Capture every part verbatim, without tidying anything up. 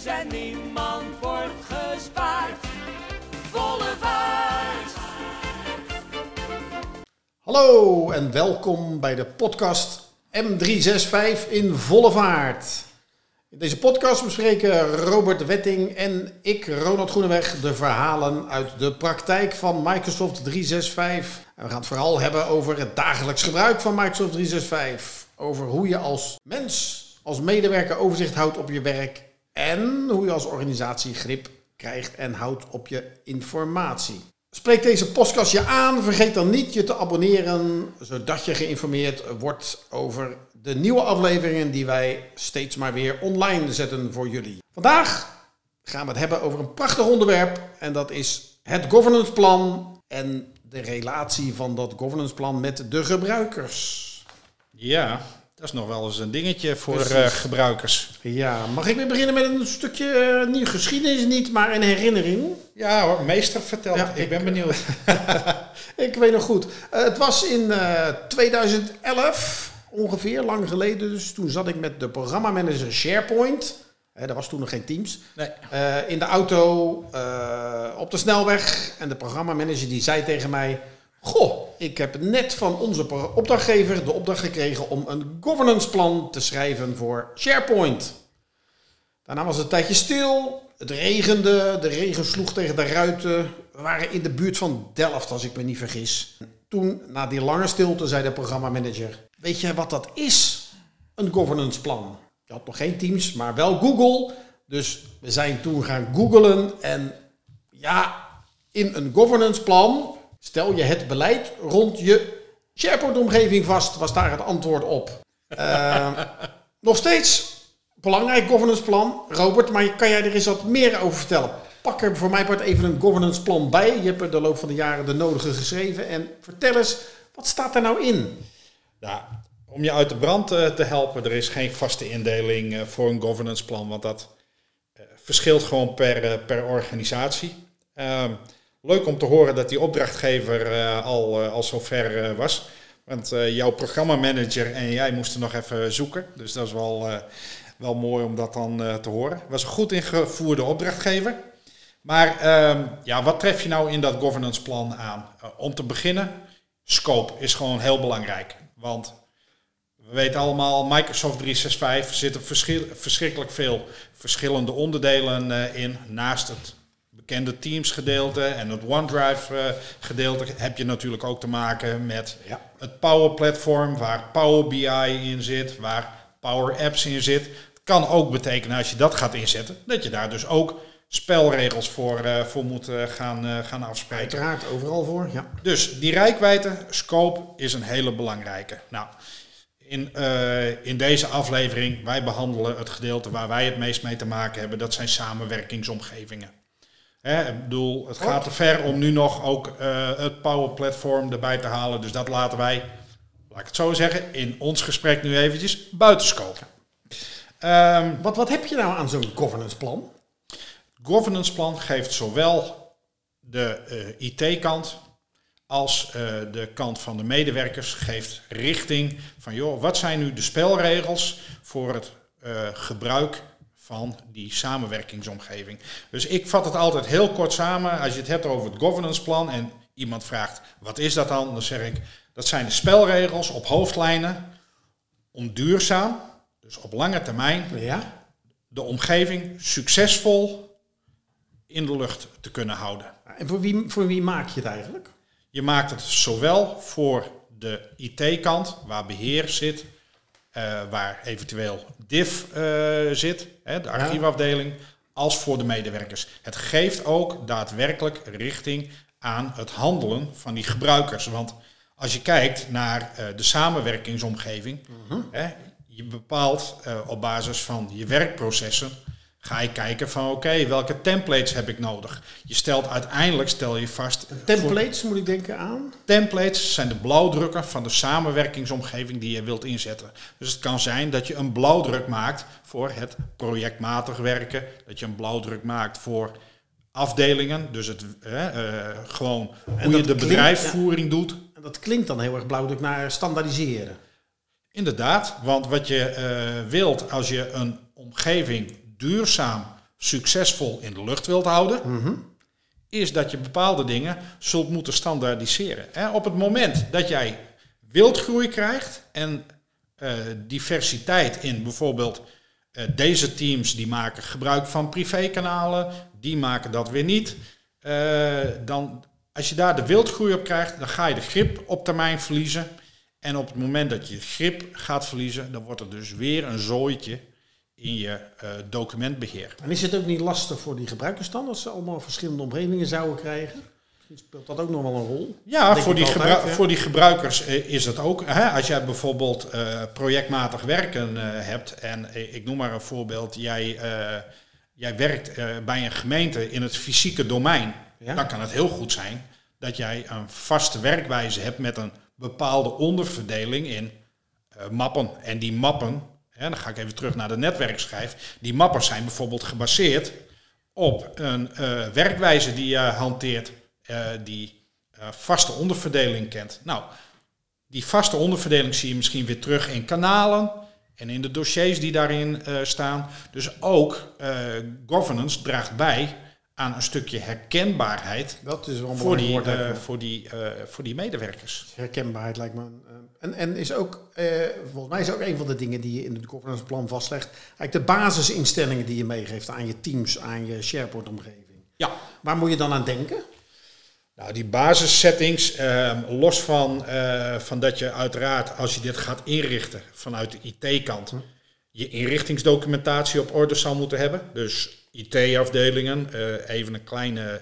en niemand wordt gespaard. Volle vaart. Hallo en welkom bij de podcast M driehonderdzesenzestig in volle vaart. In deze podcast bespreken Robert Wetting en ik, Ronald Groeneweg, de verhalen uit de praktijk van Microsoft driehonderdzesenzestig. En we gaan het vooral hebben over het dagelijks gebruik van Microsoft driehonderdzesenzestig. Over hoe je als mens, als medewerker overzicht houdt op je werk. En hoe je als organisatie grip krijgt en houdt op je informatie. Spreek deze podcast je aan. Vergeet dan niet je te abonneren, zodat je geïnformeerd wordt over de nieuwe afleveringen die wij steeds maar weer online zetten voor jullie. Vandaag gaan we het hebben over een prachtig onderwerp en dat is het governance plan en de relatie van dat governance plan met de gebruikers. Ja, dat is nog wel eens een dingetje voor uh, gebruikers. Ja, mag ik weer beginnen met een stukje uh, niet geschiedenis niet, maar een herinnering? Ja hoor, meester vertelt. Ja, ik, ik ben benieuwd. Ik weet nog goed. Uh, het was in uh, tweeduizend elf, ongeveer, lang geleden. Dus toen zat ik met de programmamanager SharePoint. Uh, er was toen nog geen Teams. Nee. Uh, in de auto, uh, op de snelweg. En de programmamanager die zei tegen mij... Goh, ik heb net van onze opdrachtgever de opdracht gekregen om een governance plan te schrijven voor SharePoint. Daarna was het een tijdje stil. Het regende, de regen sloeg tegen de ruiten. We waren in de buurt van Delft, als ik me niet vergis. Toen, na die lange stilte, zei de programmamanager... Weet je wat dat is? Een governance plan. Je had nog geen Teams, maar wel Google. Dus we zijn toen gaan googlen. En ja, in een governance plan... Stel je het beleid rond je SharePoint-omgeving vast, was daar het antwoord op. Uh, nog steeds belangrijk governance plan. Robert, maar kan jij er eens wat meer over vertellen? Pak er voor mij part even een governance plan bij. Je hebt er de loop van de jaren de nodige geschreven. En vertel eens, wat staat er nou in? Ja, om je uit de brand uh, te helpen, er is geen vaste indeling uh, voor een governance plan. Want dat uh, verschilt gewoon per, uh, per organisatie. Uh, Leuk om te horen dat die opdrachtgever uh, al, uh, al zo ver uh, was. Want uh, jouw programmamanager en jij moesten nog even zoeken. Dus dat is wel, uh, wel mooi om dat dan uh, te horen. Het was een goed ingevoerde opdrachtgever. Maar uh, ja, wat tref je nou in dat governance plan aan? Uh, om te beginnen, scope is gewoon heel belangrijk. Want we weten allemaal, Microsoft driehonderdzesenzestig zitten verschil, verschrikkelijk veel verschillende onderdelen uh, in. Naast het bekende Teams gedeelte en het OneDrive uh, gedeelte heb je natuurlijk ook te maken met ja. het Power Platform, waar Power B I in zit, waar Power Apps in zit. Het kan ook betekenen als je dat gaat inzetten, dat je daar dus ook spelregels voor, uh, voor moet uh, gaan, uh, gaan afspreken. Uiteraard, overal voor, ja. Dus die reikwijdte, scope, is een hele belangrijke. Nou, in, uh, in deze aflevering, wij behandelen het gedeelte waar wij het meest mee te maken hebben, dat zijn samenwerkingsomgevingen. He, ik bedoel, het gaat te ver om nu nog ook uh, het Power Platform erbij te halen. Dus dat laten wij, laat ik het zo zeggen, in ons gesprek nu eventjes buitenscopen. Um, wat, wat heb je nou aan zo'n governance plan? Het governance plan geeft zowel de uh, I T-kant als uh, de kant van de medewerkers, geeft richting van joh, wat zijn nu de spelregels voor het uh, gebruik van die samenwerkingsomgeving. Dus ik vat het altijd heel kort samen. Als je het hebt over het governance plan en iemand vraagt, wat is dat dan? Dan zeg ik, dat zijn de spelregels op hoofdlijnen om duurzaam, dus op lange termijn, ja. de omgeving succesvol in de lucht te kunnen houden. En voor wie, voor wie maak je het eigenlijk? Je maakt het zowel voor de I T-kant, waar beheer zit, Uh, waar eventueel diff uh, zit, hè, de archiefafdeling, als voor de medewerkers. Het geeft ook daadwerkelijk richting aan het handelen van die gebruikers. Want als je kijkt naar uh, de samenwerkingsomgeving, uh-huh. hè, je bepaalt uh, op basis van je werkprocessen, ga je kijken van oké, okay, welke templates heb ik nodig? Je stelt uiteindelijk, stel je vast... Templates moet ik denken aan? Templates zijn de blauwdrukken van de samenwerkingsomgeving die je wilt inzetten. Dus het kan zijn dat je een blauwdruk maakt voor het projectmatig werken. Dat je een blauwdruk maakt voor afdelingen. Dus het, eh, uh, gewoon hoe je de klinkt, bedrijfsvoering ja, doet. En dat klinkt dan heel erg blauwdruk naar standaardiseren. Inderdaad, want wat je uh, wilt als je een omgeving duurzaam succesvol in de lucht wilt houden, Mm-hmm. is dat je bepaalde dingen zult moeten standaardiseren. Hè? Op het moment dat jij wildgroei krijgt en uh, diversiteit in bijvoorbeeld uh, deze teams die maken gebruik van privékanalen, die maken dat weer niet. Uh, dan, als je daar de wildgroei op krijgt, dan ga je de grip op termijn verliezen. En op het moment dat je grip gaat verliezen, dan wordt er dus weer een zooitje in je uh, documentbeheer. En is het ook niet lastig voor die gebruikers dan, als ze allemaal verschillende omgevingen zouden krijgen? Misschien speelt dat ook nog wel een rol. Ja, Denk voor ik die, altijd, gebru- ja. voor die gebruikers uh, is het ook. Hè? Als jij bijvoorbeeld uh, projectmatig werken uh, hebt, en uh, ik noem maar een voorbeeld, jij, uh, jij werkt uh, bij een gemeente in het fysieke domein, Ja. dan kan het heel goed zijn dat jij een vaste werkwijze hebt met een bepaalde onderverdeling in uh, mappen. En die mappen, hè, dan ga ik even terug naar de netwerkschijf, die mappen zijn bijvoorbeeld gebaseerd op een uh, werkwijze die je hanteert, uh, die uh, vaste onderverdeling kent. Nou, die vaste onderverdeling zie je misschien weer terug in kanalen en in de dossiers die daarin uh, staan. Dus ook uh, governance draagt bij aan een stukje herkenbaarheid Dat is wel een voor die, belangrijk woord, uh, hè. voor, die, uh, voor die medewerkers. Herkenbaarheid lijkt me. een, uh, en, en is ook, uh, volgens mij is ook een van de dingen die je in het governance plan vastlegt, eigenlijk de basisinstellingen die je meegeeft aan je teams, aan je SharePoint-omgeving. Ja. Waar moet je dan aan denken? Nou, die basissettings, eh, los van, eh, van dat je uiteraard, als je dit gaat inrichten vanuit de I T-kant, je inrichtingsdocumentatie op orde zal moeten hebben. Dus I T-afdelingen, uh, even een kleine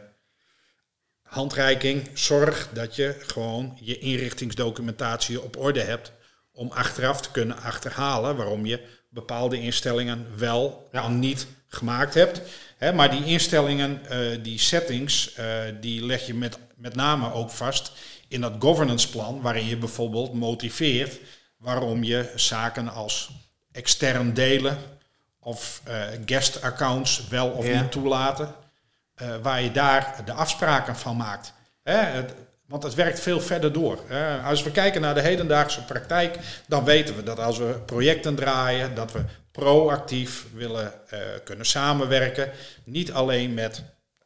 handreiking. Zorg dat je gewoon je inrichtingsdocumentatie op orde hebt om achteraf te kunnen achterhalen waarom je bepaalde instellingen wel Ja. en niet gemaakt hebt. Hè, maar die instellingen, uh, die settings, uh, die leg je met, met name ook vast in dat governance plan, waarin je bijvoorbeeld motiveert waarom je zaken als extern delen of uh, guest accounts wel of Ja. niet toelaten, uh, waar je daar de afspraken van maakt. Hè, het, want het werkt veel verder door. Hè. Als we kijken naar de hedendaagse praktijk, dan weten we dat als we projecten draaien, dat we proactief willen uh, kunnen samenwerken. Niet alleen met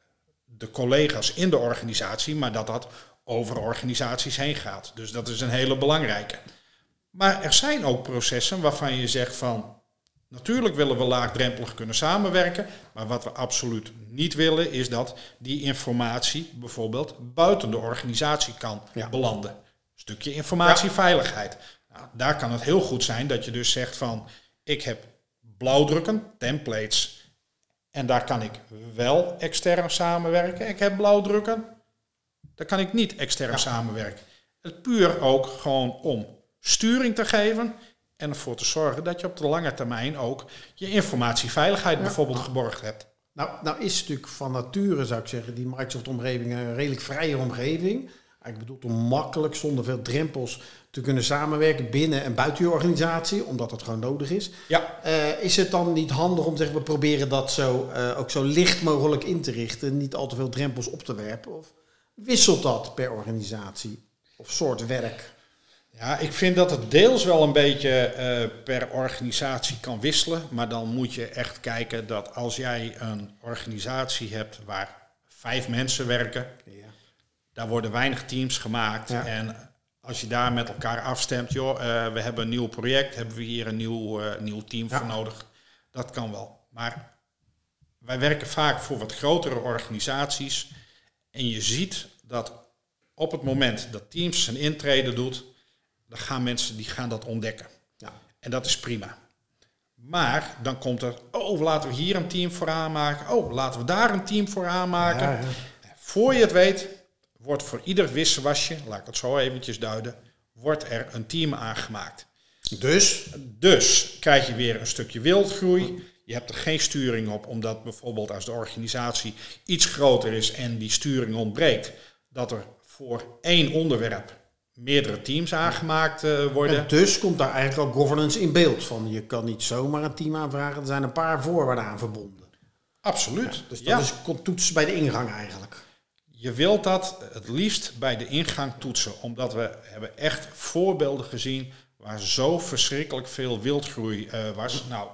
de collega's in de organisatie, maar dat dat over organisaties heen gaat. Dus dat is een hele belangrijke. Maar er zijn ook processen waarvan je zegt van, natuurlijk willen we laagdrempelig kunnen samenwerken, maar wat we absoluut niet willen is dat die informatie bijvoorbeeld buiten de organisatie kan Ja. belanden. Een stukje informatieveiligheid. Nou, daar kan het heel goed zijn dat je dus zegt van, ik heb blauwdrukken, templates, en daar kan ik wel extern samenwerken. Ik heb blauwdrukken, daar kan ik niet extern Ja. samenwerken. Het puur ook gewoon om sturing te geven en ervoor te zorgen dat je op de lange termijn ook je informatieveiligheid Ja. bijvoorbeeld geborgd hebt. Nou, nou is natuurlijk van nature, zou ik zeggen, die Microsoft-omgeving een redelijk vrije omgeving. Eigenlijk bedoeld om makkelijk, zonder veel drempels, te kunnen samenwerken binnen en buiten je organisatie, omdat dat gewoon nodig is. Ja, Uh, is het dan niet handig om te zeggen, we proberen dat zo, uh, ook zo licht mogelijk in te richten, niet al te veel drempels op te werpen? Of wisselt dat per organisatie of soort werk? ja, ik vind dat het deels wel een beetje uh, per organisatie kan wisselen. Maar dan moet je echt kijken dat als jij een organisatie hebt waar vijf mensen werken, Ja. daar worden weinig teams gemaakt. Ja. En als je daar met elkaar afstemt, joh, uh, we hebben een nieuw project, hebben we hier een nieuw, uh, nieuw team Ja. voor nodig. Dat kan wel. Maar wij werken vaak voor wat grotere organisaties. En je ziet dat op het moment dat Teams zijn intrede doet, dan gaan mensen die gaan dat ontdekken. Ja. En dat is prima. Maar dan komt er, oh, laten we hier een team voor aanmaken. Oh, laten we daar een team voor aanmaken. Ja, ja. Voor je het weet, wordt voor ieder wissewasje, laat ik het zo eventjes duiden, wordt er een team aangemaakt. Dus, Dus krijg je weer een stukje wildgroei. Je hebt er geen sturing op, omdat bijvoorbeeld als de organisatie iets groter is en die sturing ontbreekt, dat er voor één onderwerp meerdere teams aangemaakt uh, worden. en dus komt daar eigenlijk al governance in beeld van. Je kan niet zomaar een team aanvragen, er zijn een paar voorwaarden aan verbonden. Absoluut. Dus dat Ja. is toetsen bij de ingang eigenlijk. Je wilt dat het liefst bij de ingang toetsen, omdat we hebben echt voorbeelden gezien waar zo verschrikkelijk veel wildgroei uh, was. Nou,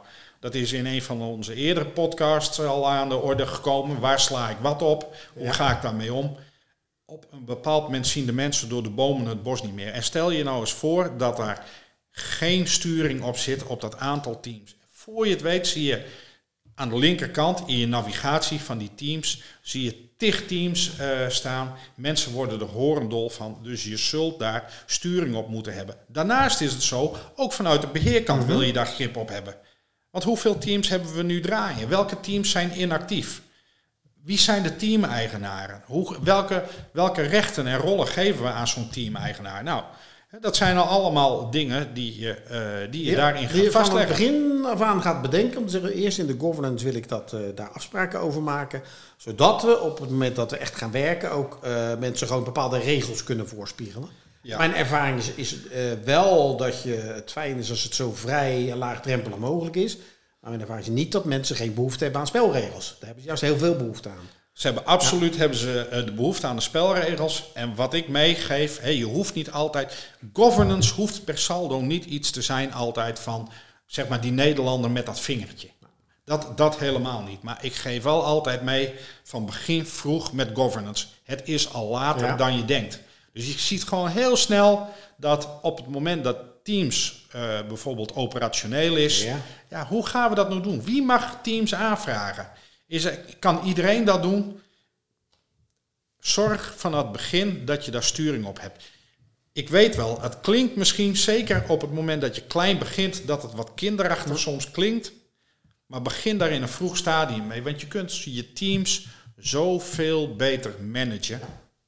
Dat is in een van onze eerdere podcasts al aan de orde gekomen. Waar sla ik wat op? Hoe Ja. ga ik daarmee om? Op een bepaald moment zien de mensen door de bomen het bos niet meer. En stel je nou eens voor dat daar geen sturing op zit op dat aantal teams. Voor je het weet zie je aan de linkerkant in je navigatie van die teams, zie je tig teams uh, staan. Mensen worden er horendol van, dus je zult daar sturing op moeten hebben. Daarnaast is het zo, ook vanuit de beheerkant Mm-hmm. wil je daar grip op hebben. Want hoeveel teams hebben we nu draaien? Welke teams zijn inactief? Wie zijn de teameigenaren? Hoe, welke, welke rechten en rollen geven we aan zo'n teameigenaar? Nou, dat zijn al allemaal dingen die je, uh, die je Ja, daarin die je gaat van het vastleggen. begin af aan gaat bedenken. Om te zeggen, eerst in de governance wil ik dat, uh, daar afspraken over maken. Zodat we op het moment dat we echt gaan werken ook uh, mensen gewoon bepaalde regels kunnen voorspiegelen. Ja. Mijn ervaring is, is uh, wel dat je, het fijn is als het zo vrij en laagdrempelig mogelijk is. Maar mijn ervaring is niet dat mensen geen behoefte hebben aan spelregels. Daar hebben ze juist heel veel behoefte aan. Ze hebben absoluut ja. hebben ze de behoefte aan de spelregels. En wat ik meegeef, hey, je hoeft niet altijd... Governance hoeft per saldo niet iets te zijn altijd van... zeg maar die Nederlander met dat vingertje. Dat, dat helemaal niet. Maar ik geef wel altijd mee van begin vroeg met governance. Het is al later ja. dan je denkt. Dus je ziet gewoon heel snel dat op het moment dat Teams uh, bijvoorbeeld operationeel is... Ja. Ja, hoe gaan we dat nou doen? Wie mag Teams aanvragen? Is er, kan iedereen dat doen? Zorg van het begin dat je daar sturing op hebt. Ik weet wel, het klinkt misschien zeker op het moment dat je klein begint... dat het wat kinderachtig ja. soms klinkt. Maar begin daar in een vroeg stadium mee. Want je kunt je teams zoveel beter managen.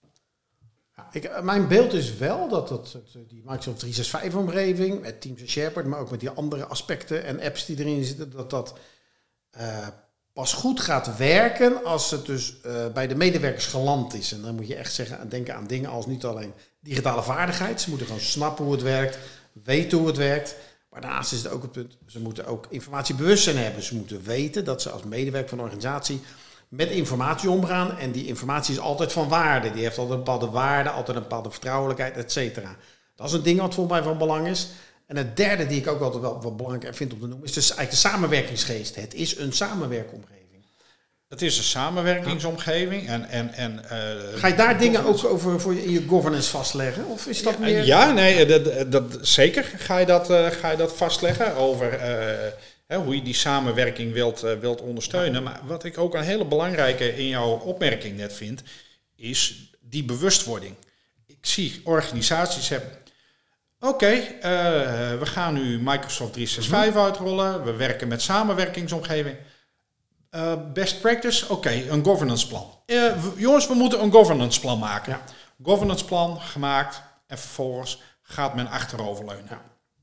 Ja, ik, mijn beeld is wel dat het, die Microsoft driehonderdzesenzestigomgeving... met Teams en SharePoint, maar ook met die andere aspecten en apps die erin zitten... dat dat... Uh, pas goed gaat werken als het dus uh, bij de medewerkers geland is. En dan moet je echt zeggen, denken aan dingen als niet alleen digitale vaardigheid. Ze moeten gewoon snappen hoe het werkt, weten hoe het werkt. Maar daarnaast is het ook het punt, ze moeten ook informatiebewustzijn hebben. Ze moeten weten dat ze als medewerker van een organisatie met informatie omgaan. En die informatie is altijd van waarde. Die heeft altijd een bepaalde waarde, altijd een bepaalde vertrouwelijkheid, et cetera. Dat is een ding wat volgens mij van belang is. En het derde die ik ook altijd wel wat belangrijk vind om te noemen, is dus eigenlijk de samenwerkingsgeest. Het is een samenwerkomgeving. Het is een samenwerkingsomgeving. En, en, en, uh, Ga je daar dingen ook over voor je, in je governance vastleggen? Of is dat ja, meer... Ja, nee, dat, dat, zeker ga je dat, uh, ga je dat vastleggen over uh, hè, hoe je die samenwerking wilt, uh, wilt ondersteunen. Maar wat ik ook een hele belangrijke in jouw opmerking net vind, is die bewustwording. Ik zie organisaties hebben... Oké, okay, uh, we gaan nu Microsoft driehonderdzesenzestigvijf mm-hmm. uitrollen. We werken met samenwerkingsomgeving. Uh, best practice, oké, okay, een governance plan. Uh, w- jongens, we moeten een governance plan maken. Ja. Governance plan gemaakt en vervolgens gaat men achteroverleunen. Ja.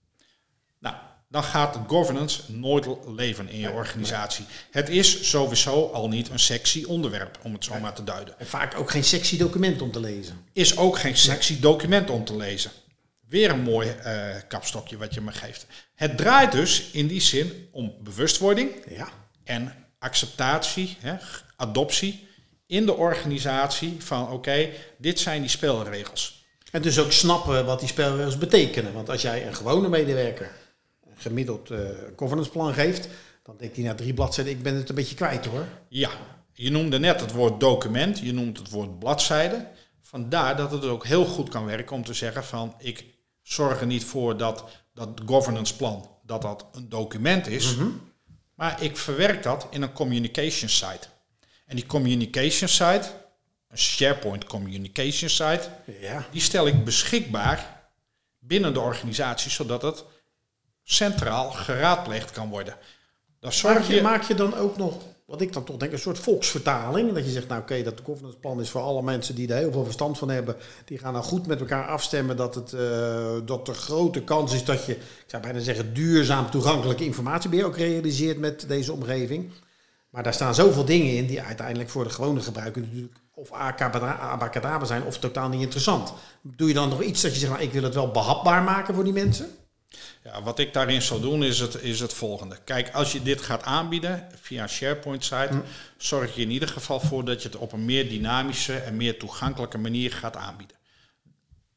Nou, dan gaat de governance nooit leven in je nee, organisatie. Nee. Het is sowieso al niet een sexy onderwerp, om het zo nee. maar te duiden. En vaak ook geen sexy document om te lezen. Is ook geen sexy nee. document om te lezen. Weer een mooi uh, kapstokje wat je me geeft. Het draait dus in die zin om bewustwording ja. en acceptatie, hè, adoptie in de organisatie van oké, okay, dit zijn die spelregels. En dus ook snappen wat die spelregels betekenen. Want als jij een gewone medewerker een gemiddeld uh, governance plan geeft, dan denkt hij na drie bladzijden, ik ben het een beetje kwijt hoor. Ja, je noemde net het woord document, je noemt het woord bladzijde. Vandaar dat het ook heel goed kan werken om te zeggen van ik zorg er niet voor dat dat governance plan dat dat een document is, mm-hmm. maar ik verwerk dat in een communication site. En die communication site, een SharePoint communication site, ja. die stel ik beschikbaar binnen de organisatie, zodat het centraal geraadpleegd kan worden. Dan zorg maak, je, je, maak je dan ook nog, wat ik dan toch denk, een soort volksvertaling. Dat je zegt, nou oké, okay, dat governance plan is voor alle mensen die er heel veel verstand van hebben. Die gaan nou goed met elkaar afstemmen dat, het, uh, dat er grote kans is dat je, ik zou bijna zeggen, duurzaam toegankelijke informatiebeheer ook realiseert met deze omgeving. Maar daar staan zoveel dingen in die uiteindelijk voor de gewone gebruiker natuurlijk of abacadabra zijn of totaal niet interessant. Doe je dan nog iets dat je zegt, nou, ik wil het wel behapbaar maken voor die mensen? Ja, wat ik daarin zal doen is het, is het volgende. Kijk, als je dit gaat aanbieden via een SharePoint-site, hm. zorg je in ieder geval voor dat je het op een meer dynamische en meer toegankelijke manier gaat aanbieden.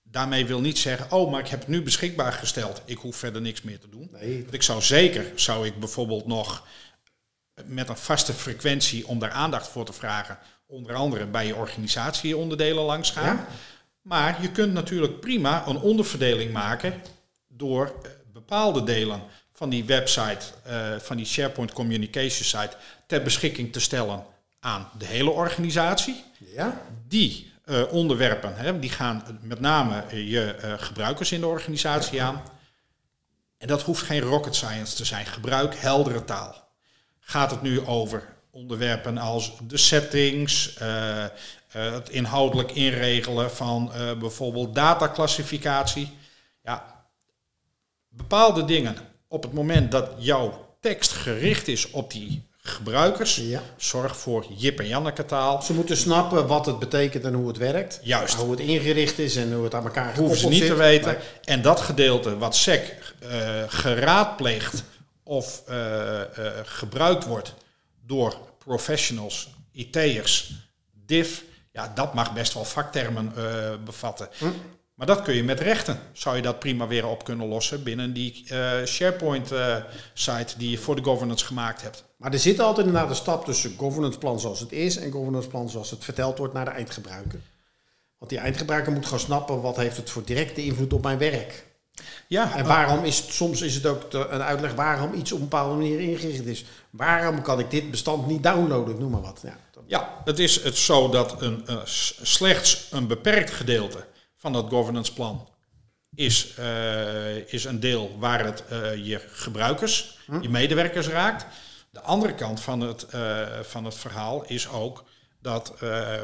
daarmee wil niet zeggen, oh, maar ik heb het nu beschikbaar gesteld. Ik hoef verder niks meer te doen. Nee. Want ik zou zeker, zou ik bijvoorbeeld nog met een vaste frequentie om daar aandacht voor te vragen, onder andere bij je organisatieonderdelen langs gaan. Ja. Maar je kunt natuurlijk prima een onderverdeling maken door uh, bepaalde delen van die website, uh, van die SharePoint Communication site, ter beschikking te stellen aan de hele organisatie. Ja. Die uh, onderwerpen, hè, die gaan met name je uh, gebruikers in de organisatie aan. En dat hoeft geen rocket science te zijn. Gebruik heldere taal. Gaat het nu over onderwerpen als de settings, uh, uh, het inhoudelijk inregelen van uh, bijvoorbeeld dataclassificatie. Ja, bepaalde dingen op het moment dat jouw tekst gericht is op die gebruikers, Ja. zorg voor Jip en Janneke taal. Ze moeten snappen wat het betekent en hoe het werkt. Juist. Hoe het ingericht is en hoe het aan elkaar gekoppeld Hoeven ze niet zit. te weten. Nee. En dat gedeelte wat S E C uh, geraadpleegt of uh, uh, gebruikt wordt door professionals, I T'ers, div, ja, dat mag best wel vaktermen uh, bevatten. Hm. Maar dat kun je met rechten. Zou je dat prima weer op kunnen lossen binnen die uh, SharePoint-site uh, die je voor de governance gemaakt hebt. Maar er zit altijd inderdaad een stap tussen governance plan zoals het is en governance plan zoals het verteld wordt naar de eindgebruiker. Want die eindgebruiker moet gaan snappen wat heeft het voor directe invloed op mijn werk. Ja, En waarom is het, soms is het ook te, een uitleg waarom iets op een bepaalde manier ingericht is. Waarom kan ik dit bestand niet downloaden, ik noem maar wat. Ja, dat... ja, het is het zo dat een, uh, slechts een beperkt gedeelte van dat governance plan is, uh, is een deel waar het uh, je gebruikers, hm? je medewerkers raakt. De andere kant van het, uh, van het verhaal is ook dat uh, uh,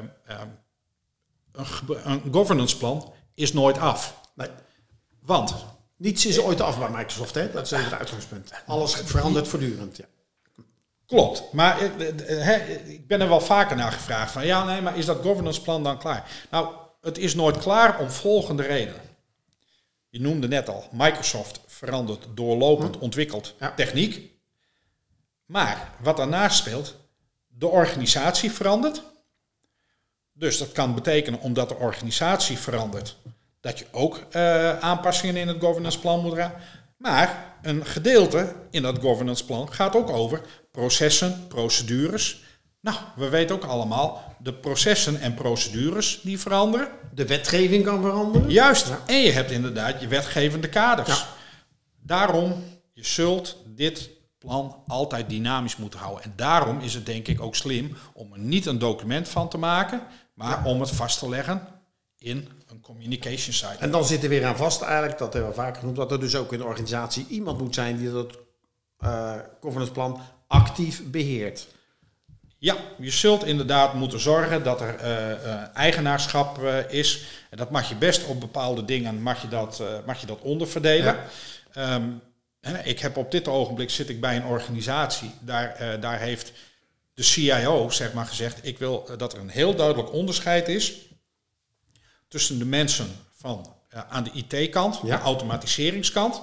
een, een governance plan is nooit af. Nee. Want Niets is ooit af bij Microsoft, hè? Dat is even het uitgangspunt. Alles verandert voortdurend, ja. Klopt, maar he, ik ben er wel vaker naar gevraagd van ja, nee, maar is dat governance plan dan klaar? Nou, het is nooit klaar om volgende redenen. Je noemde net al, Microsoft verandert doorlopend, ontwikkelt Ja. techniek. Maar wat daarnaast speelt, de organisatie verandert. Dus dat kan betekenen, omdat de organisatie verandert, dat je ook uh, aanpassingen in het governance plan moet raken. Maar een gedeelte in dat governance plan gaat ook over processen, procedures. Nou, we weten ook allemaal, de processen en procedures die veranderen. De wetgeving kan veranderen. Juist, Ja. en je hebt inderdaad je wetgevende kaders. Ja. Daarom, je zult dit plan altijd dynamisch moeten houden. En daarom is het denk ik ook slim om er niet een document van te maken, maar Ja. om het vast te leggen in een communication site. En dan zit er weer aan vast eigenlijk, dat hebben we vaak genoemd, dat er dus ook in de organisatie iemand moet zijn die dat uh, governance plan actief beheert. Ja, je zult inderdaad moeten zorgen dat er uh, uh, eigenaarschap uh, is. En dat mag je best op bepaalde dingen, mag je dat, uh, mag je dat onderverdelen. Ja. Um, hè, ik heb op dit ogenblik zit ik bij een organisatie, daar, uh, daar heeft de C I O zeg maar gezegd, ik wil uh, dat er een heel duidelijk onderscheid is tussen de mensen van uh, aan de I T-kant, Ja. de automatiseringskant.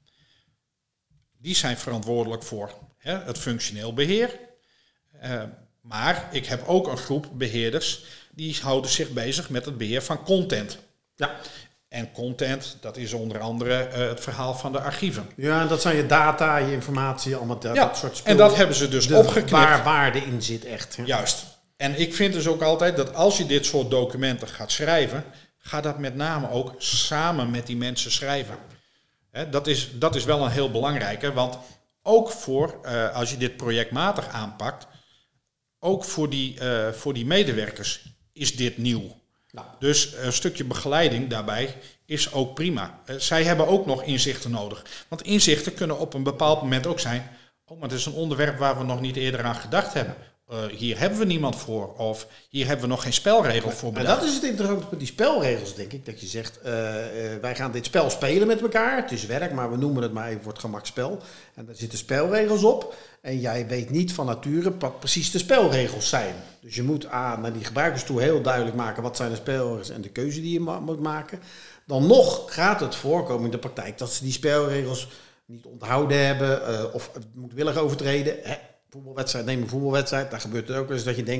Die zijn verantwoordelijk voor hè, het functioneel beheer. Uh, maar ik heb ook een groep beheerders die houden zich bezig met het beheer van content. Ja. En content, dat is onder andere uh, het verhaal van de archieven. Ja, en dat zijn je data, je informatie, allemaal dat, Ja, dat soort spul. en dat hebben ze dus de opgeknipt. waar waarde in zit echt. Ja. Juist. En ik vind dus ook altijd dat als je dit soort documenten gaat schrijven, ga dat met name ook samen met die mensen schrijven. Hè, dat is, dat is wel een heel belangrijke, want ook voor, uh, als je dit projectmatig aanpakt, ook voor die, uh, voor die medewerkers is dit nieuw. Nou. Dus een stukje begeleiding daarbij is ook prima. Uh, zij hebben ook nog inzichten nodig. Want inzichten kunnen op een bepaald moment ook zijn, oh, maar het is een onderwerp waar we nog niet eerder aan gedacht hebben. Uh, hier hebben we niemand voor. Of hier hebben we nog geen spelregel voor En bedacht. dat is het interessante met die spelregels, denk ik. Dat je zegt, uh, uh, wij gaan dit spel spelen met elkaar. Het is werk, maar we noemen het maar even voor het gemak spel. En daar zitten spelregels op. En jij weet niet van nature wat precies de spelregels zijn. Dus je moet aan naar die gebruikers toe heel duidelijk maken wat zijn de spelregels en de keuze die je ma- moet maken. Dan nog gaat het voorkomen in de praktijk dat ze die spelregels niet onthouden hebben uh, of moedwillig overtreden. Hè, voetbalwedstrijd, neem een voetbalwedstrijd, daar gebeurt het ook eens dat je denkt,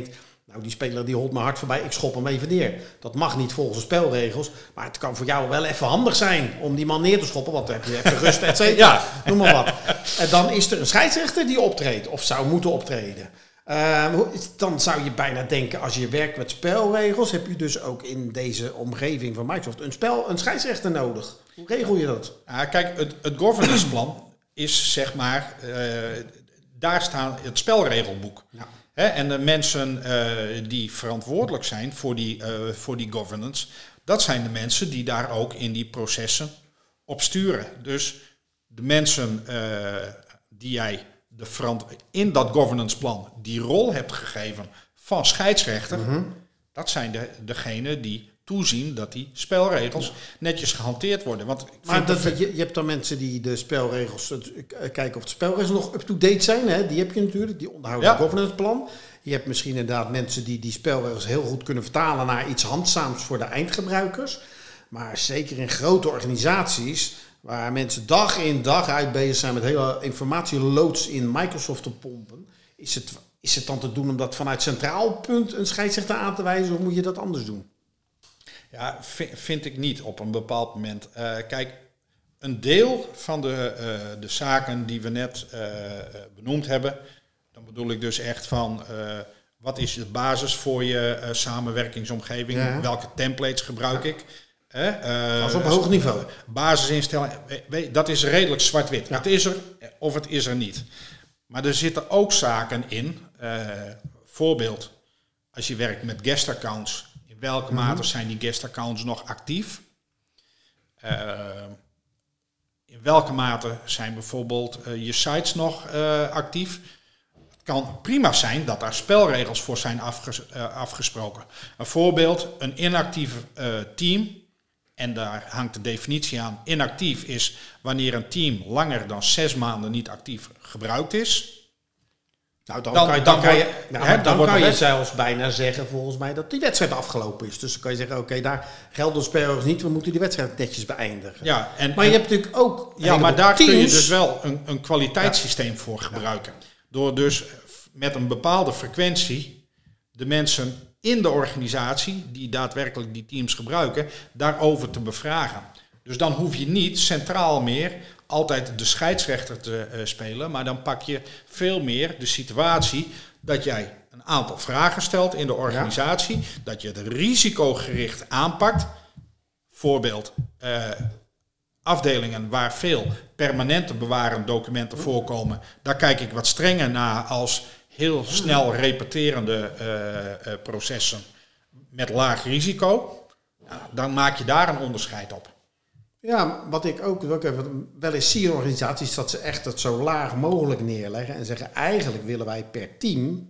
Nou, die speler die holt me hard voorbij, ik schop hem even neer. Dat mag niet volgens de spelregels, maar het kan voor jou wel even handig zijn om die man neer te schoppen, want dan heb je even rust, et cetera. Ja. Noem maar wat. En dan is er een scheidsrechter die optreedt, of zou moeten optreden. Uh, dan zou je bijna denken, als je werkt met spelregels, heb je dus ook in deze omgeving van Microsoft een, spel, een scheidsrechter nodig. Hoe regel je dat? Ja, kijk, het, het governance plan is zeg maar, uh, daar staat het spelregelboek. Ja. Hè, en de mensen uh, die verantwoordelijk zijn voor die, uh, voor die governance, dat zijn de mensen die daar ook in die processen op sturen. Dus de mensen uh, die jij de verant- in dat governance plan die rol hebt gegeven van scheidsrechter, mm-hmm. dat zijn de, degenen die toezien dat die spelregels netjes gehanteerd worden. Want ik maar dat, dat, je, je hebt dan mensen die de spelregels, uh, kijken of de spelregels nog up-to-date zijn. Hè? Die heb je natuurlijk, die onderhouden het ja. governance plan. Je hebt misschien inderdaad mensen die die spelregels heel goed kunnen vertalen naar iets handzaams voor de eindgebruikers. Maar zeker in grote organisaties, waar mensen dag in dag uit bezig zijn met hele informatieloods in Microsoft te pompen, is het, is het dan te doen om dat vanuit centraal punt een scheidsrechter aan te wijzen, of moet je dat anders doen? Ja, vind, vind ik niet op een bepaald moment. Uh, kijk, een deel van de, uh, de zaken die we net uh, benoemd hebben, dan bedoel ik dus echt van, uh, wat is de basis voor je uh, samenwerkingsomgeving? Ja. Welke templates gebruik ja. ik? Uh, dat is op hoog niveau. Basisinstellingen, dat is redelijk zwart-wit. Ja. Het is er of het is er niet. Maar er zitten ook zaken in. Uh, voorbeeld, als je werkt met guest accounts, in welke mm-hmm. mate zijn die guest accounts nog actief? Uh, in welke mate zijn bijvoorbeeld uh, je sites nog uh, actief? Het kan prima zijn dat daar spelregels voor zijn afges- uh, afgesproken. Een voorbeeld, een inactief uh, team. En daar hangt de definitie aan. Inactief is wanneer een team langer dan zes maanden niet actief gebruikt is. Nou, dan, dan kan je, dan kan je, nou, hè, dan dan kan je zelfs bijna zeggen volgens mij dat die wedstrijd afgelopen is. Dus dan kan je zeggen, oké, okay, daar gelden de spelregels niet. We moeten die wedstrijd netjes beëindigen. Ja, en, maar je en, hebt natuurlijk ook ja, maar daar teams. kun je dus wel een, een kwaliteitssysteem ja. voor gebruiken. Ja. Door dus met een bepaalde frequentie de mensen in de organisatie die daadwerkelijk die teams gebruiken, daarover te bevragen. Dus dan hoef je niet centraal meer altijd de scheidsrechter te uh, spelen, maar dan pak je veel meer de situatie dat jij een aantal vragen stelt in de organisatie, ja. dat je het risicogericht aanpakt. Voorbeeld, uh, afdelingen waar veel permanente bewarende documenten voorkomen, daar kijk ik wat strenger naar als heel snel repeterende uh, uh, processen met laag risico. Nou, dan maak je daar een onderscheid op. Ja, wat ik ook, ook even, wel eens zie in organisaties dat ze echt het zo laag mogelijk neerleggen en zeggen eigenlijk willen wij per team,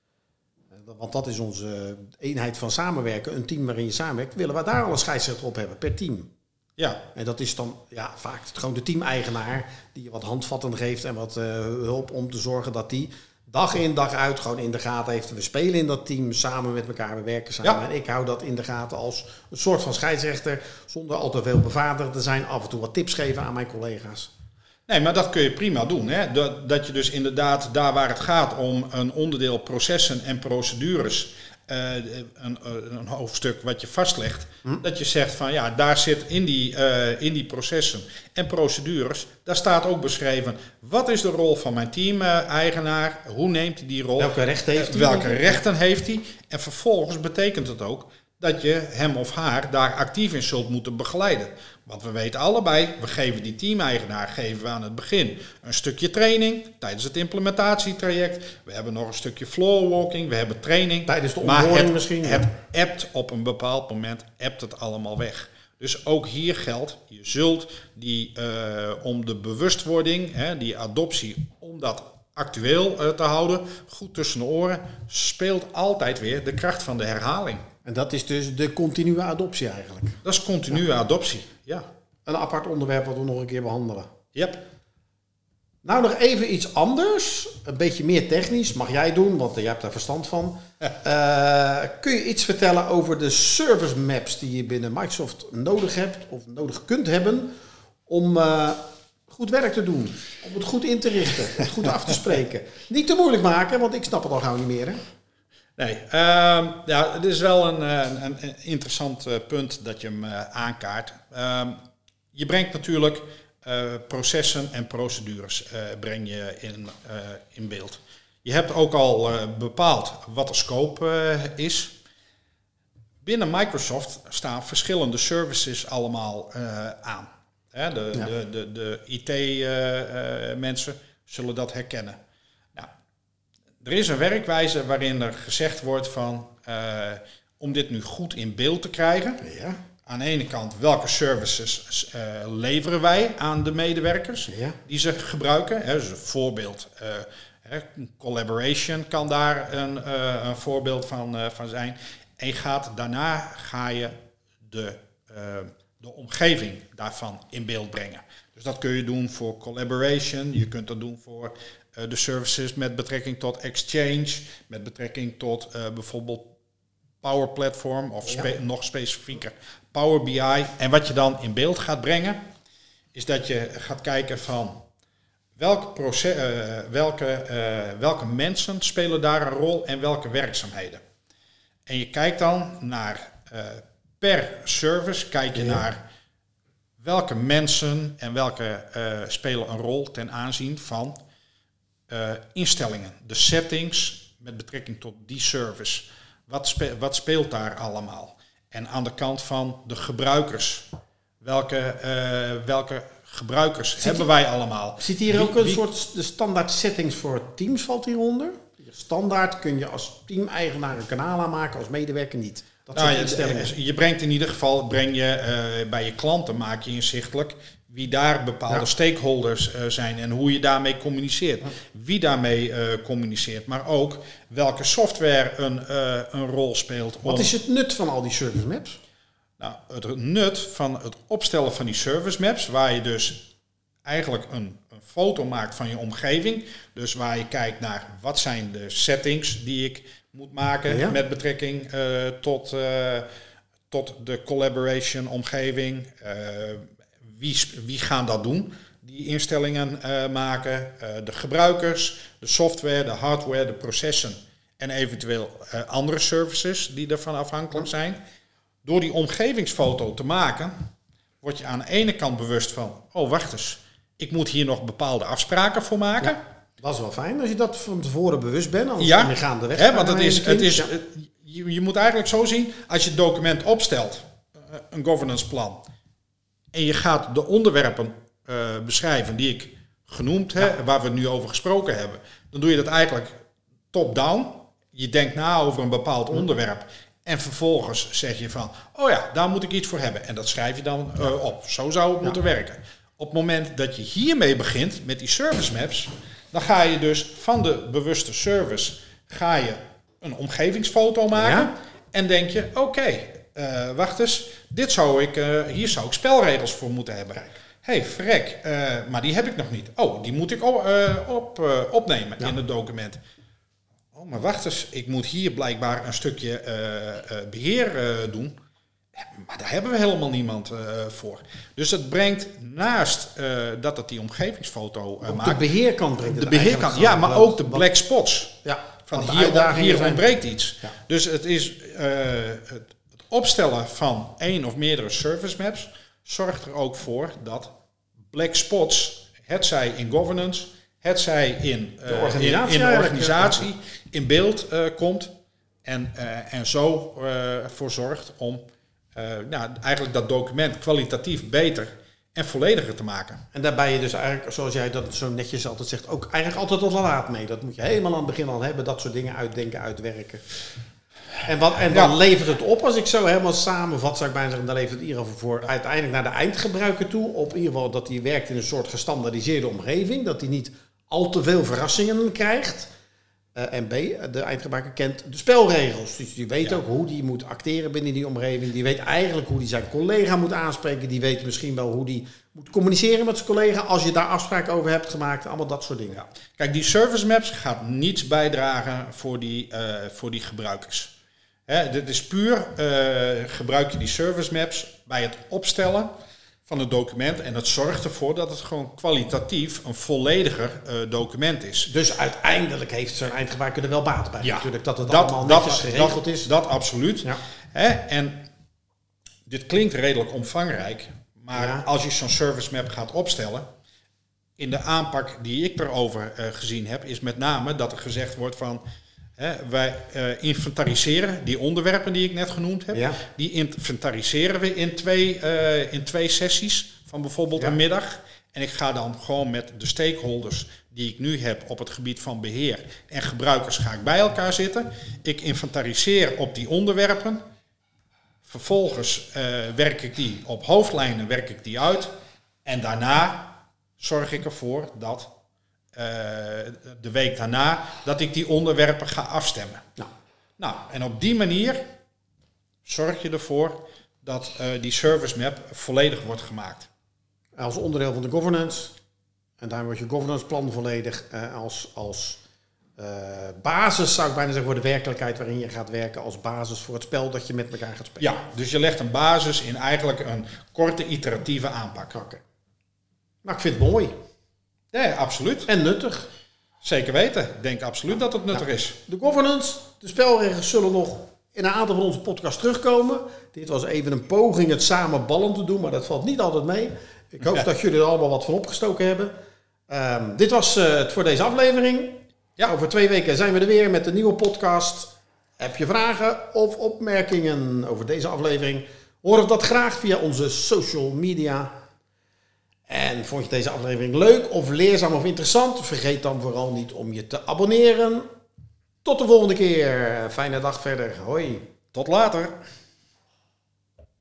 want dat is onze eenheid van samenwerken, een team waarin je samenwerkt, willen we daar al een scheidsrechter op hebben per team. Ja. En dat is dan ja, vaak gewoon de teameigenaar die je wat handvatten geeft en wat uh, hulp om te zorgen dat die dag in dag uit gewoon in de gaten heeft. We spelen in dat team samen met elkaar, we werken samen. Ja. En ik hou dat in de gaten als een soort van scheidsrechter, zonder al te veel bevaardigd te zijn, af en toe wat tips geven aan mijn collega's. Nee, maar dat kun je prima doen. Hè? Dat, dat je dus inderdaad daar waar het gaat om een onderdeel processen en procedures, uh, een, een hoofdstuk wat je vastlegt, hm? dat je zegt van ja, daar zit in die, uh, in die processen en procedures, daar staat ook beschreven wat is de rol van mijn team-eigenaar, hoe neemt hij die rol, welke rechten heeft hij, welke rechten heeft hij, en vervolgens betekent het ook dat je hem of haar daar actief in zult moeten begeleiden. Want we weten allebei, we geven die team-eigenaar geven we aan het begin een stukje training tijdens het implementatietraject. We hebben nog een stukje floorwalking, we hebben training. Tijdens de onboarding misschien. Het appt op een bepaald moment, appt het allemaal weg. Dus ook hier geldt, je zult die uh, om de bewustwording, hè, die adoptie, om dat actueel uh, te houden, goed tussen de oren, speelt altijd weer de kracht van de herhaling. En dat is dus de continue adoptie eigenlijk. Dat is continue ja. adoptie, ja. Een apart onderwerp wat we nog een keer behandelen. Yep. Nou, nog even iets anders. Een beetje meer technisch. Mag jij doen, want jij hebt daar verstand van. Uh, kun je iets vertellen over de service maps die je binnen Microsoft nodig hebt of nodig kunt hebben om uh, goed werk te doen? Om het goed in te richten, het goed af te spreken. Niet te moeilijk maken, want ik snap het al gauw niet meer, hè? Nee, uh, ja, het is wel een, een, een interessant uh, punt dat je hem uh, aankaart. Uh, je brengt natuurlijk uh, processen en procedures uh, breng je in, uh, in beeld. Je hebt ook al uh, bepaald wat de scope uh, is. Binnen Microsoft staan verschillende services allemaal uh, aan. Hè, de, ja. de, de, de I T-mensen uh, uh, zullen dat herkennen. Nou, er is een werkwijze waarin er gezegd wordt van, uh, om dit nu goed in beeld te krijgen. Ja. Aan de ene kant, welke services uh, leveren wij aan de medewerkers ja. die ze gebruiken. Hè, dus een voorbeeld, uh, hè, collaboration kan daar een, uh, een voorbeeld van, uh, van zijn. En je gaat, daarna ga je de, uh, de omgeving daarvan in beeld brengen. Dus dat kun je doen voor collaboration. Je kunt dat doen voor uh, de services met betrekking tot Exchange. Met betrekking tot uh, bijvoorbeeld Power Platform of spe- ja. nog specifieker Power B I. En wat je dan in beeld gaat brengen, is dat je gaat kijken van welke, proces, uh, welke, uh, welke mensen spelen daar een rol en welke werkzaamheden. En je kijkt dan naar uh, per service, kijk je ja. naar welke mensen en welke uh, spelen een rol ten aanzien van uh, instellingen. De settings met betrekking tot die service. Wat, spe- wat speelt daar allemaal? En aan de kant van de gebruikers. Welke, uh, welke gebruikers zit hebben wij allemaal? Zit hier wie, ook een wie, soort de standaard settings voor Teams valt hieronder? Standaard kun je als team-eigenaar een kanaal aanmaken, als medewerker niet. Dat nou, je, je brengt in ieder geval, breng je uh, bij je klanten, maak je inzichtelijk wie daar bepaalde ja. stakeholders uh, zijn en hoe je daarmee communiceert. Ja. Wie daarmee uh, communiceert, maar ook welke software een, uh, een rol speelt. Wat om... is het nut van al die service maps? Nou, het nut van het opstellen van die service maps, waar je dus eigenlijk een, een foto maakt van je omgeving. Dus waar je kijkt naar wat zijn de settings die ik moet maken ja. met betrekking uh, tot, uh, tot de collaboration omgeving. Uh, wie, wie gaan dat doen? Die instellingen uh, maken. Uh, de gebruikers, de software, de hardware, de processen en eventueel uh, andere services die ervan afhankelijk zijn. Door die omgevingsfoto te maken, word je aan de ene kant bewust van, oh wacht eens, ik moet hier nog bepaalde afspraken voor maken. Ja, dat is wel fijn als je dat van tevoren bewust bent. Anders ja, je gaan de weg. Hè, want het is, het is, ja. je, je moet eigenlijk zo zien, als je het document opstelt, een governance plan, en je gaat de onderwerpen uh, beschrijven die ik genoemd heb, ja. waar we het nu over gesproken hebben, dan doe je dat eigenlijk top-down. Je denkt na over een bepaald mm. onderwerp. En vervolgens zeg je van, oh ja, daar moet ik iets voor hebben. En dat schrijf je dan uh, op. Zo zou het ja. moeten werken. Op het moment dat je hiermee begint, met die service maps, dan ga je dus van de bewuste service, ga je een omgevingsfoto maken. Ja. En denk je, oké, okay, uh, wacht eens, dit zou ik, uh, hier zou ik spelregels voor moeten hebben. Hé, hey, verrek, uh, maar die heb ik nog niet. Oh, die moet ik op, uh, op, uh, opnemen ja. in het document. Oh, maar wacht eens, ik moet hier blijkbaar een stukje uh, uh, beheer uh, doen. Maar daar hebben we helemaal niemand uh, voor. Dus het brengt naast uh, dat het die omgevingsfoto uh, maakt. De beheerkant brengt de beheerkant, ja, maar ook de black spots. Ja, van hier, hier ontbreekt iets. Ja. Dus het is uh, het, het opstellen van één of meerdere service maps zorgt er ook voor dat black spots, hetzij in governance, hetzij in, uh, organisatie, in, in de organisatie, in beeld uh, komt. En, uh, en zo uh, voor zorgt om uh, nou, eigenlijk dat document kwalitatief beter en vollediger te maken. En daar ben je dus eigenlijk, zoals jij dat zo netjes altijd zegt, ook eigenlijk altijd tot laat mee. Dat moet je helemaal aan het begin al hebben, dat soort dingen uitdenken, uitwerken. En, wat, en dan ja. levert het op, als ik zo helemaal samenvat, zou ik bijna zeggen, dan levert het in ieder geval voor uiteindelijk naar de eindgebruiker toe. Op in ieder geval dat hij werkt in een soort gestandaardiseerde omgeving, dat hij niet al te veel verrassingen krijgt. Uh, en B, de eindgebruiker kent de spelregels. Dus die weet ja. ook hoe die moet acteren binnen die omgeving. Die weet eigenlijk hoe die zijn collega moet aanspreken. Die weet misschien wel hoe die moet communiceren met zijn collega. Als je daar afspraken over hebt gemaakt. Allemaal dat soort dingen. Ja. Kijk, die service maps gaat niets bijdragen voor die, uh, voor die gebruikers. Hè, dit is puur, uh, gebruik je die service maps bij het opstellen van het document. En het zorgt ervoor dat het gewoon kwalitatief een vollediger uh, document is. Dus uiteindelijk heeft zo'n eindgebruiker er wel baat bij. Ja, natuurlijk dat het dat, allemaal dat, netjes geregeld dat, is. Dat absoluut. Ja. Hè? En dit klinkt redelijk omvangrijk. Maar Ja. als je zo'n service map gaat opstellen, in de aanpak die ik erover uh, gezien heb, is met name dat er gezegd wordt van, hè, wij uh, inventariseren die onderwerpen die ik net genoemd heb, Ja. die inventariseren we in twee, uh, in twee sessies van bijvoorbeeld Ja. een middag. En ik ga dan gewoon met de stakeholders die ik nu heb op het gebied van beheer en gebruikers ga ik bij elkaar zitten. Ik inventariseer op die onderwerpen. Vervolgens uh, werk ik die op hoofdlijnen, werk ik die uit. En daarna zorg ik ervoor dat uh, de week daarna dat ik die onderwerpen ga afstemmen. Nou. Nou, en op die manier zorg je ervoor dat uh, die service map volledig wordt gemaakt. Als onderdeel van de governance. En daar wordt je governance plan volledig uh, als, als uh, basis, zou ik bijna zeggen, voor de werkelijkheid waarin je gaat werken. Als basis voor het spel dat je met elkaar gaat spelen. Ja, dus je legt een basis in eigenlijk een korte iteratieve aanpak. Oké. Okay. Nou, ik vind het mooi. Ja, absoluut. En nuttig. Zeker weten. Ik denk absoluut dat het nuttig nou, is. De governance, de spelregels zullen nog in een aantal van onze podcasts terugkomen. Dit was even een poging het samen ballend te doen, maar dat valt niet altijd mee. Ik hoop ja. dat jullie er allemaal wat van opgestoken hebben. Um, dit was uh, het voor deze aflevering. Ja. Over twee weken zijn we er weer met een nieuwe podcast. Heb je vragen of opmerkingen over deze aflevering? Hoor dat graag via onze social media. En vond je deze aflevering leuk of leerzaam of interessant? Vergeet dan vooral niet om je te abonneren. Tot de volgende keer. Fijne dag verder. Hoi. Tot later.